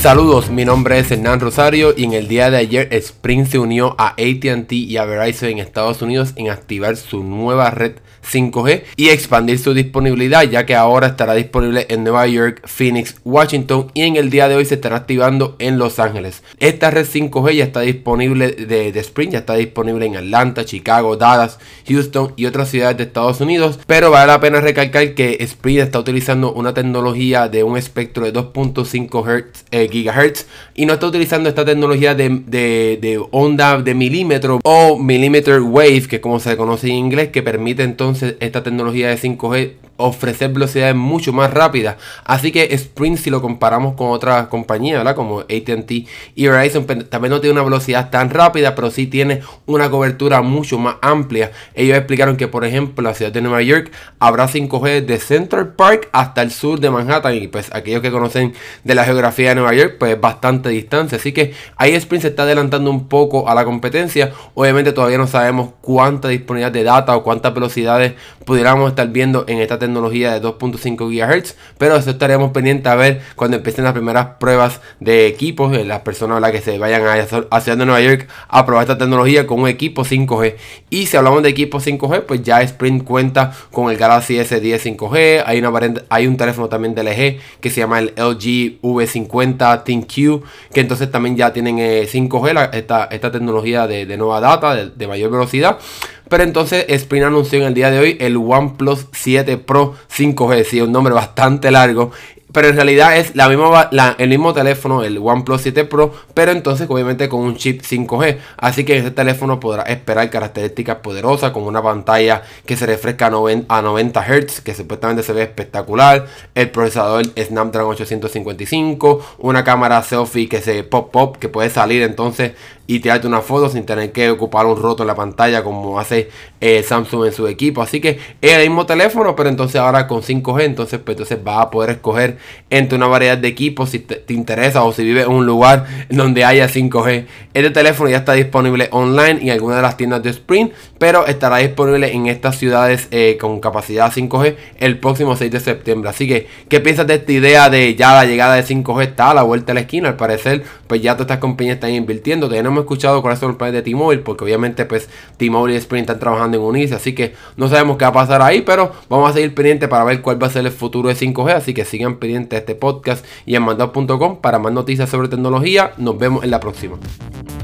Saludos, mi nombre es Hernán Rosario y en el día de ayer Sprint se unió a AT&T y a Verizon en Estados Unidos en activar su nueva red 5G y expandir su disponibilidad, ya que ahora estará disponible en Nueva York, Phoenix, Washington y en el día de hoy se estará activando en Los Ángeles. Esta red 5G ya está disponible de Sprint, ya está disponible en Atlanta, Chicago, Dallas, Houston y otras ciudades de Estados Unidos, pero vale la pena recalcar que Sprint está utilizando una tecnología de un espectro de 2.5 GHz y no está utilizando esta tecnología de onda de milímetro o millimeter wave, que como se conoce en inglés, que permite entonces esta tecnología de 5G ofrecer velocidades mucho más rápidas. Así que Sprint, si lo comparamos con otras compañías, ¿verdad?, como AT&T y Verizon, también no tiene una velocidad tan rápida, pero sí tiene una cobertura mucho más amplia. Ellos explicaron que, por ejemplo, en la ciudad de Nueva York habrá 5G de Central Park hasta el sur de Manhattan, y pues aquellos que conocen de la geografía de Nueva York, pues bastante distancia. Así que ahí Sprint se está adelantando un poco a la competencia. Obviamente todavía no sabemos cuánta disponibilidad de data o cuántas velocidades pudiéramos estar viendo en esta tecnología de 2.5 GHz, pero eso estaremos pendientes a ver cuando empiecen las primeras pruebas de equipos, las personas que se vayan a Ciudad de Nueva York a probar esta tecnología con un equipo 5G. Y si hablamos de equipo 5G, pues ya Sprint cuenta con el Galaxy S10 5G, hay un teléfono también de LG que se llama el LG V50 ThinQ, que entonces también ya tienen 5G, esta tecnología de nueva data, de mayor velocidad. Pero entonces Sprint anunció en el día de hoy el OnePlus 7 Pro 5G, sí, un nombre bastante largo. Pero en realidad es el mismo teléfono, el OnePlus 7 Pro, pero entonces obviamente con un chip 5G. Así que ese teléfono podrá esperar características poderosas, con una pantalla que se refresca a 90 Hz, que supuestamente se ve espectacular. El procesador Snapdragon 855, una cámara selfie que se pop, que puede salir entonces y tirarte una foto sin tener que ocupar un roto en la pantalla como hace Samsung en su equipo. Así que es el mismo teléfono, pero entonces ahora con 5G, entonces vas a poder escoger entre una variedad de equipos si te interesa, o si vives en un lugar donde haya 5G. Este teléfono ya está disponible online en algunas de las tiendas de Sprint, pero estará disponible en estas ciudades con capacidad 5G el próximo 6 de septiembre. Así que, ¿qué piensas de esta idea de ya la llegada de 5G está a la vuelta de la esquina? Al parecer, pues ya todas estas compañías están invirtiendo. Todavía no hemos escuchado cuáles son los planes de T-Mobile, porque obviamente pues T-Mobile y Sprint están trabajando en unirse, así que no sabemos qué va a pasar ahí, pero vamos a seguir pendientes para ver cuál va a ser el futuro de 5G. Así que sigan pendientes de este podcast y en mandado.com para más noticias sobre tecnología. Nos vemos en la próxima.